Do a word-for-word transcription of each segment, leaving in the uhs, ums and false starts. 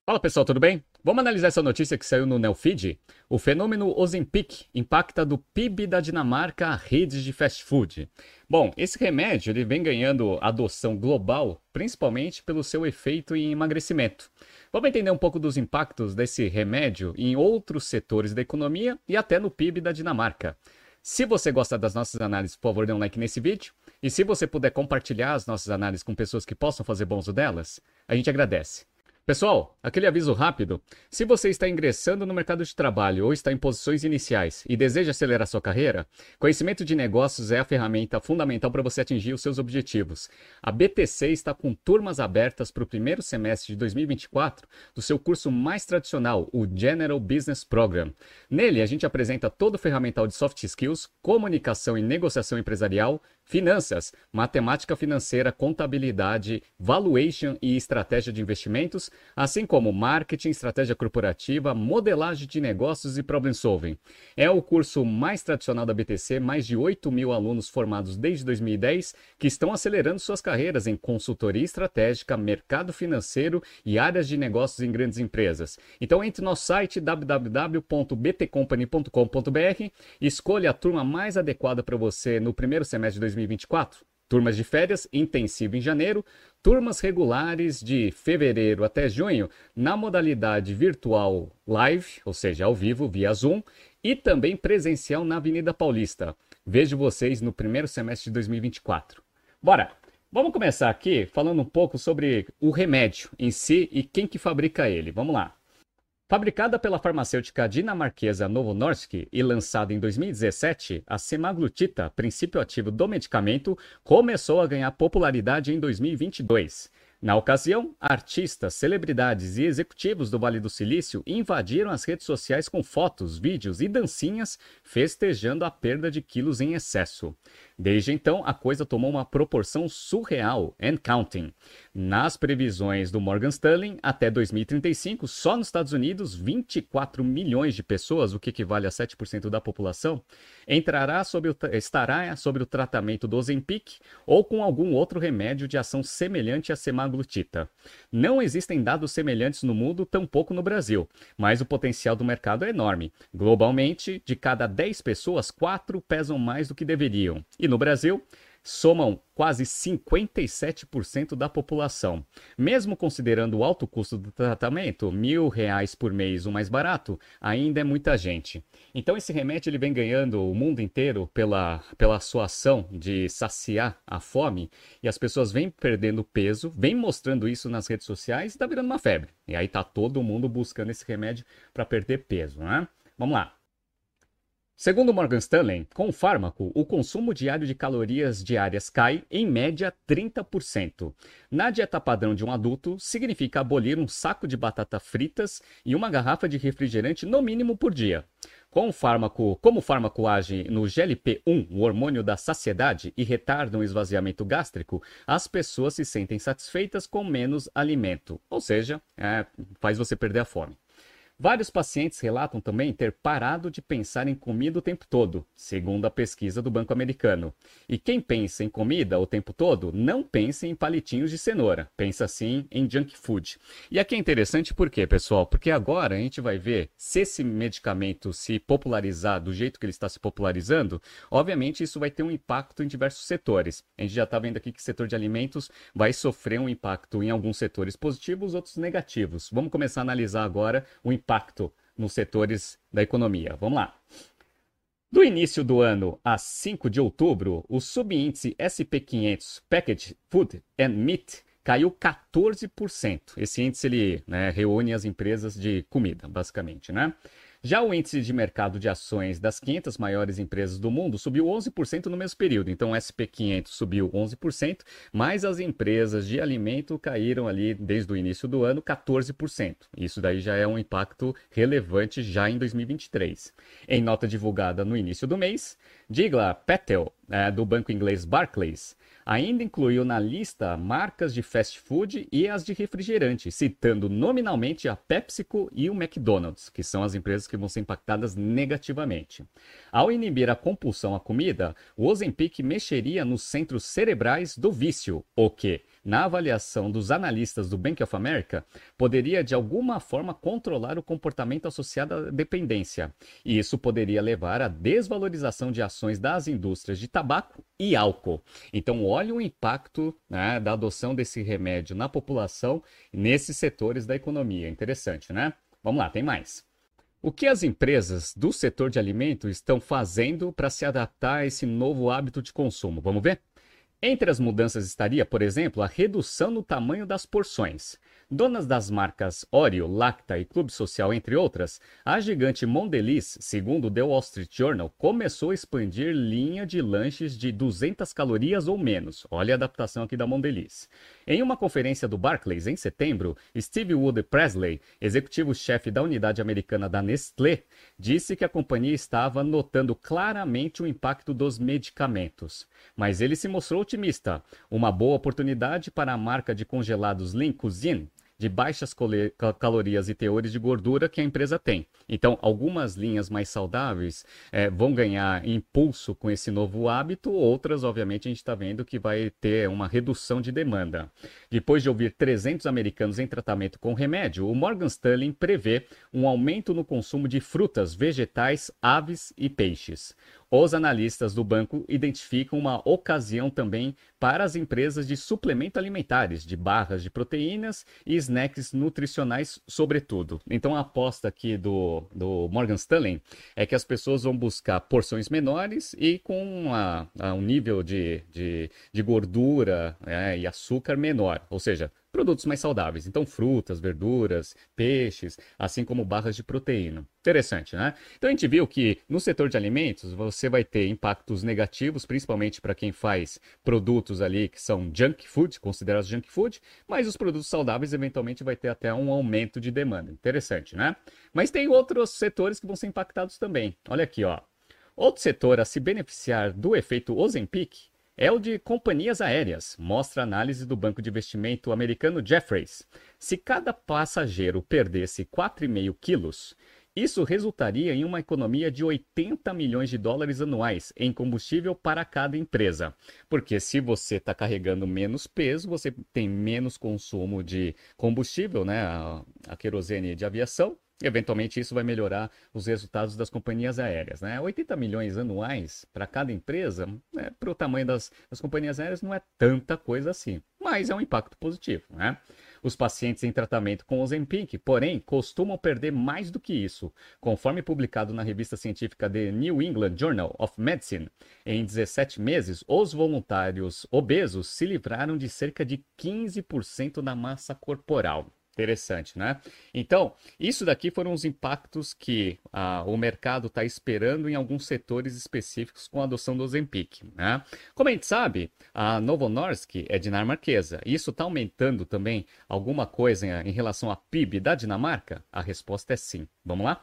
Fala pessoal, tudo bem? Vamos analisar essa notícia que saiu no Neofeed? O fenômeno Ozempic impacta do P I B da Dinamarca a redes de fast food. Bom, esse remédio ele vem ganhando adoção global, principalmente pelo seu efeito em emagrecimento. Vamos entender um pouco dos impactos desse remédio em outros setores da economia e até no P I B da Dinamarca. Se você gosta das nossas análises, por favor, dê um like nesse vídeo. E se você puder compartilhar as nossas análises com pessoas que possam fazer bom uso delas, a gente agradece. Pessoal, aquele aviso rápido. Se você está ingressando no mercado de trabalho ou está em posições iniciais e deseja acelerar sua carreira, conhecimento de negócios é a ferramenta fundamental para você atingir os seus objetivos. A B T C está com turmas abertas para o primeiro semestre de dois mil e vinte e quatro do seu curso mais tradicional, o General Business Program. Nele, a gente apresenta todo o ferramental de soft skills, comunicação e negociação empresarial, finanças, matemática financeira, contabilidade, valuation e estratégia de investimentos, assim como marketing, estratégia corporativa, modelagem de negócios e problem solving. É o curso mais tradicional da B T C, mais de oito mil alunos formados desde dois mil e dez que estão acelerando suas carreiras em consultoria estratégica, mercado financeiro e áreas de negócios em grandes empresas. Então entre no nosso site w w w ponto b t company ponto com ponto b r e escolha a turma mais adequada para você no primeiro semestre de dois mil e vinte e quatro. Turmas de férias, intensivo em janeiro, turmas regulares de fevereiro até junho, na modalidade virtual live, ou seja, ao vivo, via Zoom, e também presencial na Avenida Paulista. Vejo vocês no primeiro semestre de dois mil e vinte e quatro. Bora! Vamos começar aqui falando um pouco sobre o remédio em si e quem que fabrica ele. Vamos lá. Fabricada pela farmacêutica dinamarquesa Novo Nordisk e lançada em dois mil e dezessete, a semaglutida, princípio ativo do medicamento, começou a ganhar popularidade em dois mil e vinte e dois. Na ocasião, artistas, celebridades e executivos do Vale do Silício invadiram as redes sociais com fotos, vídeos e dancinhas festejando a perda de quilos em excesso. Desde então, a coisa tomou uma proporção surreal, and counting. Nas previsões do Morgan Stanley, até dois mil e trinta e cinco, só nos Estados Unidos, vinte e quatro milhões de pessoas, o que equivale a sete por cento da população, entrará sobre o, estará sobre o tratamento do Ozempic ou com algum outro remédio de ação semelhante à semaglutida. Não existem dados semelhantes no mundo, tampouco no Brasil, mas o potencial do mercado é enorme. Globalmente, de cada dez pessoas, quatro pesam mais do que deveriam. E no Brasil, somam quase cinquenta e sete por cento da população. Mesmo considerando o alto custo do tratamento, mil reais por mês o mais barato, ainda é muita gente. Então esse remédio ele vem ganhando o mundo inteiro pela, pela sua ação de saciar a fome e as pessoas vêm perdendo peso, vêm mostrando isso nas redes sociais e está virando uma febre. E aí está todo mundo buscando esse remédio para perder peso, né? Vamos lá. Segundo Morgan Stanley, com o fármaco, o consumo diário de calorias diárias cai, em média, trinta por cento. Na dieta padrão de um adulto, significa abolir um saco de batata fritas e uma garrafa de refrigerante no mínimo por dia. Com o fármaco, como o fármaco age no G L P um, o hormônio da saciedade, e retarda o esvaziamento gástrico, as pessoas se sentem satisfeitas com menos alimento, ou seja, é, faz você perder a fome. Vários pacientes relatam também ter parado de pensar em comida o tempo todo, segundo a pesquisa do Banco Americano. E quem pensa em comida o tempo todo, não pensa em palitinhos de cenoura, pensa sim em junk food. E aqui é interessante por quê, pessoal? Porque agora a gente vai ver se esse medicamento se popularizar do jeito que ele está se popularizando, obviamente isso vai ter um impacto em diversos setores. A gente já está vendo aqui que o setor de alimentos vai sofrer um impacto em alguns setores positivos, outros negativos. Vamos começar a analisar agora o impacto impacto nos setores da economia. Vamos lá. Do início do ano a cinco de outubro, o subíndice S e P quinhentos Packaged Food and Meat caiu quatorze por cento. Esse índice ele, né, reúne as empresas de comida, basicamente, né? Já o índice de mercado de ações das quinhentas maiores empresas do mundo subiu onze por cento no mesmo período. Então o S e P quinhentos subiu onze por cento, mas as empresas de alimento caíram ali desde o início do ano quatorze por cento. Isso daí já é um impacto relevante já em dois mil e vinte e três. Em nota divulgada no início do mês, Jigla Patel, é, do banco inglês Barclays, Ainda incluiu na lista marcas de fast food e as de refrigerante, citando nominalmente a PepsiCo e o McDonald's, que são as empresas que vão ser impactadas negativamente. Ao inibir a compulsão à comida, o Ozempic mexeria nos centros cerebrais do vício, o que, na avaliação dos analistas do Bank of America, poderia de alguma forma controlar o comportamento associado à dependência. E isso poderia levar à desvalorização de ações das indústrias de tabaco e álcool. Então, olha o impacto, né, da adoção desse remédio na população nesses setores da economia. Interessante, né? Vamos lá, tem mais. O que as empresas do setor de alimentos estão fazendo para se adaptar a esse novo hábito de consumo? Vamos ver? Entre as mudanças estaria, por exemplo, a redução no tamanho das porções. Donas das marcas Oreo, Lacta e Clube Social, entre outras, a gigante Mondelez, segundo o The Wall Street Journal, começou a expandir linha de lanches de duzentas calorias ou menos. Olha a adaptação aqui da Mondelez. Em uma conferência do Barclays em setembro, Steve Wood Presley, executivo-chefe da unidade americana da Nestlé, disse que a companhia estava notando claramente o impacto dos medicamentos. Mas ele se mostrou otimista. Uma boa oportunidade para a marca de congelados Lean Cuisine, de baixas calorias e teores de gordura que a empresa tem. Então, algumas linhas mais saudáveis é, vão ganhar impulso com esse novo hábito, outras, obviamente, a gente está vendo que vai ter uma redução de demanda. Depois de ouvir trezentos americanos em tratamento com remédio, o Morgan Stanley prevê um aumento no consumo de frutas, vegetais, aves e peixes. Os analistas do banco identificam uma ocasião também para as empresas de suplemento alimentares, de barras de proteínas e snacks nutricionais, sobretudo. Então, a aposta aqui do, do Morgan Stanley é que as pessoas vão buscar porções menores e com uma, um nível de, de, de gordura, é, e açúcar menor, ou seja, produtos mais saudáveis. Então, frutas, verduras, peixes, assim como barras de proteína. Interessante, né? Então, a gente viu que no setor de alimentos você vai ter impactos negativos, principalmente para quem faz produtos ali que são junk food, considerados junk food, mas os produtos saudáveis eventualmente vai ter até um aumento de demanda. Interessante, né? Mas tem outros setores que vão ser impactados também. Olha aqui, ó. Outro setor a se beneficiar do efeito Ozempic é o de companhias aéreas, mostra a análise do banco de investimento americano Jefferies. Se cada passageiro perdesse quatro vírgula cinco quilos, isso resultaria em uma economia de oitenta milhões de dólares anuais em combustível para cada empresa. Porque se você está carregando menos peso, você tem menos consumo de combustível, né? A, a querosene de aviação. Eventualmente isso vai melhorar os resultados das companhias aéreas, né? oitenta milhões anuais para cada empresa, né, para o tamanho das, das companhias aéreas, não é tanta coisa assim, mas é um impacto positivo, né? Os pacientes em tratamento com Ozempic, porém, costumam perder mais do que isso. Conforme publicado na revista científica The New England Journal of Medicine, em dezessete meses, os voluntários obesos se livraram de cerca de quinze por cento da massa corporal. Interessante, né? Então, isso daqui foram os impactos que ah, o mercado está esperando em alguns setores específicos com a adoção do Ozempic, né? Como a gente sabe, a Novo Nordisk é dinamarquesa. Isso está aumentando também alguma coisa em, em relação à P I B da Dinamarca? A resposta é sim. Vamos lá?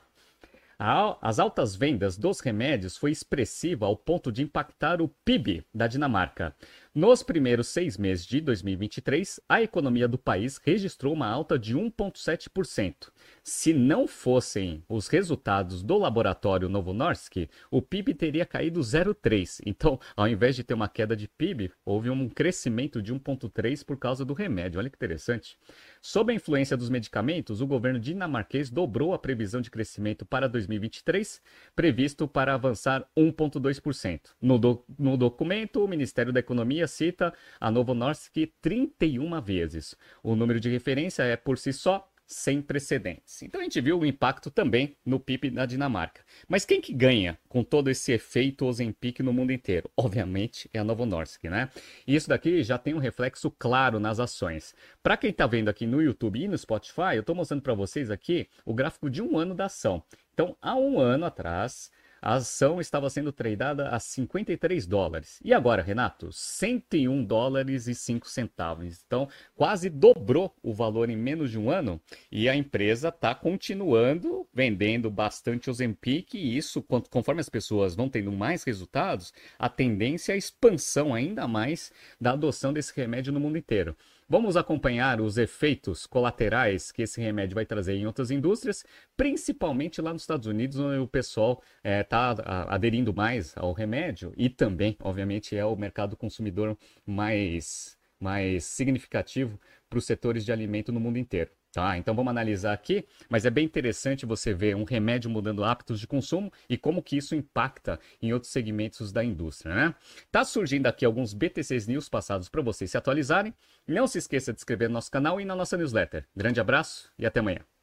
As altas vendas dos remédios foi expressiva ao ponto de impactar o P I B da Dinamarca. Nos primeiros seis meses de dois mil e vinte e três, a economia do país registrou uma alta de um vírgula sete por cento. Se não fossem os resultados do laboratório Novo Nordisk, o P I B teria caído zero vírgula três por cento. Então, ao invés de ter uma queda de P I B, houve um crescimento de um vírgula três por cento por causa do remédio. Olha que interessante. Sob a influência dos medicamentos, o governo dinamarquês dobrou a previsão de crescimento para dois mil e vinte e três, previsto para avançar um vírgula dois por cento. No, do, no documento, o Ministério da Economia cita a Novo Nordisk trinta e uma vezes. O número de referência é, por si só, sem precedentes. Então a gente viu o impacto também no P I B da Dinamarca. Mas quem que ganha com todo esse efeito Ozempic no mundo inteiro? Obviamente é a Novo Nordisk, né? E isso daqui já tem um reflexo claro nas ações. Para quem está vendo aqui no YouTube e no Spotify, eu estou mostrando para vocês aqui o gráfico de um ano da ação. Então, há um ano atrás, a ação estava sendo tradeada a cinquenta e três dólares. E agora, Renato? cento e um dólares e cinco centavos. Então, quase dobrou o valor em menos de um ano. E a empresa está continuando vendendo bastante Ozempic. E isso, conforme as pessoas vão tendo mais resultados, a tendência é a expansão ainda mais da adoção desse remédio no mundo inteiro. Vamos acompanhar os efeitos colaterais que esse remédio vai trazer em outras indústrias, principalmente lá nos Estados Unidos, onde o pessoal está é, aderindo mais ao remédio e também, obviamente, é o mercado consumidor mais, mais significativo para os setores de alimento no mundo inteiro. Tá, então vamos analisar aqui, mas é bem interessante você ver um remédio mudando hábitos de consumo e como que isso impacta em outros segmentos da indústria, né? Tá surgindo aqui alguns B T Cs News passados para vocês se atualizarem. Não se esqueça de se inscrever no nosso canal e na nossa newsletter. Grande abraço e até amanhã.